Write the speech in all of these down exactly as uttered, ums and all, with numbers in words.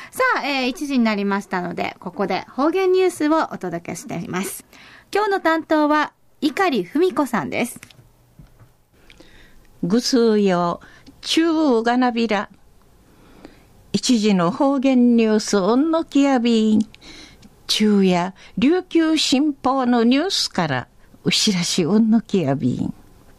さあ、えー、いちじになりましたので、ここで方言ニュースをお届けしています。今日の担当は碇文子さんです。 ぐすうよ中がなびら一時の方言ニュースおんのきやびん中や琉球新報のニュースからうしらしおんのきやびん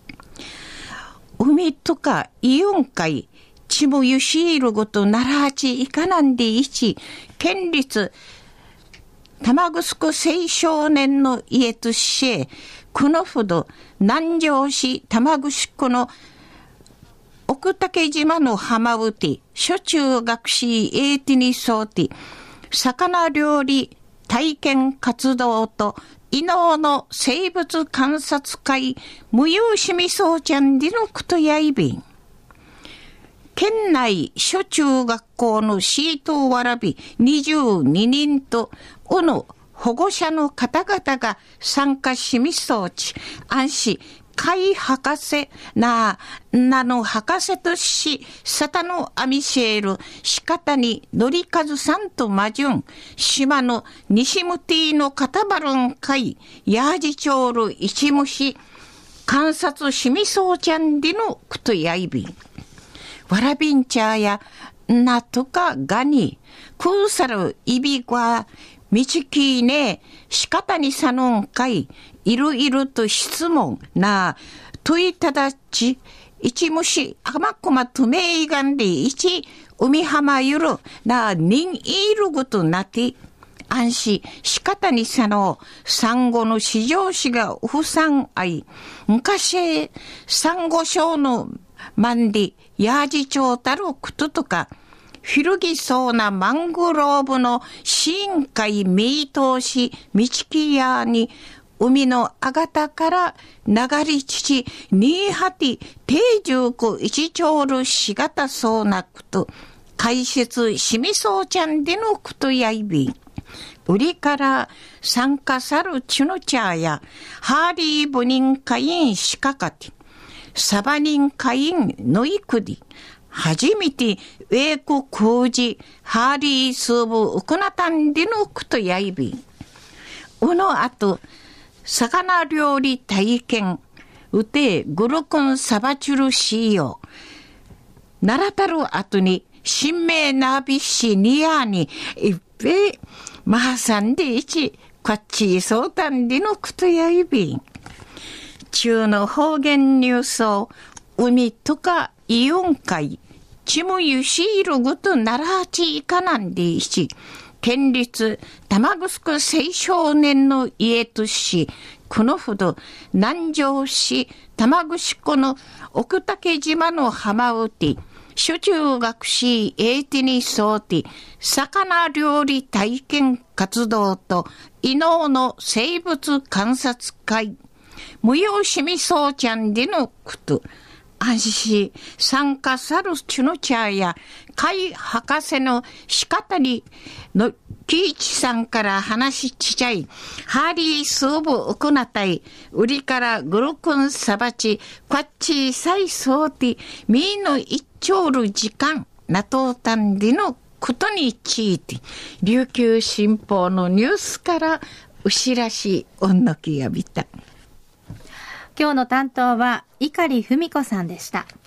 海とかイオン海ちもゆしいるごとならはちいかなんでいち県立玉城青少年の家としてこのほど南城市玉城区の奥竹島の浜うて初中学士エーティにそうて魚料理体験活動と伊能の生物観察会無用しみそうちゃんでのことやいびん県内初中学校のシートわらびにじゅうににんとおの保護者の方々が参加しみそうち安心海博士ななの博士としサタのアミシェール仕方にのりかずさんとまじゅん島の西ムティのカタバルン会ヤージチョール一虫観察しみそうちゃんでのくとやいびんわらびんちゃやなとかがにくうさるいびがみちきね仕方にさのんかいいろいろと質問な問いただち一虫あまこまとめいがんで一海浜ゆるな人いるごとなって安心仕方にさの産後の市場市が不産愛昔産後症のマンディヤージチョウタルクトとか広ぎそうなマングローブの深海見通し道きやに海のあがたから流れ父にはて定住区一丁るしがたそうなこと解説しみそうちゃんでのことやいびん売りから参加さるチュノチャーやハーリーブニン会員しかかてサバニン会員のいくり初めてウェイク工事ハーリースーブウクナタンでのことやいびんうのあと魚料理体験うてグルクンサバチュルシーヨならたるあとに新名なびしにやにいっぺまはさんでいちこっちそうたんでのことやいびん中の方言ニュースを海とかイオン海ちもゆしいるごとならはちいかなんでいち県立玉城青少年の家としこのほど南城市玉城区の奥竹島の浜うて初中学士エーティにそうて魚料理体験活動と伊能の生物観察会無用しみそうちゃんでのこと安心参加さるチュノチャーや海博士の仕方にのキイチさんから話しちちゃいハーリースーブウクナタイ売りからグルクンサバチこっちさいそうてみーの一丁る時間なとうたんでのことについて琉球新報のニュースからうしらしおんのきやびた。 今日の担当は碇文子さんでした。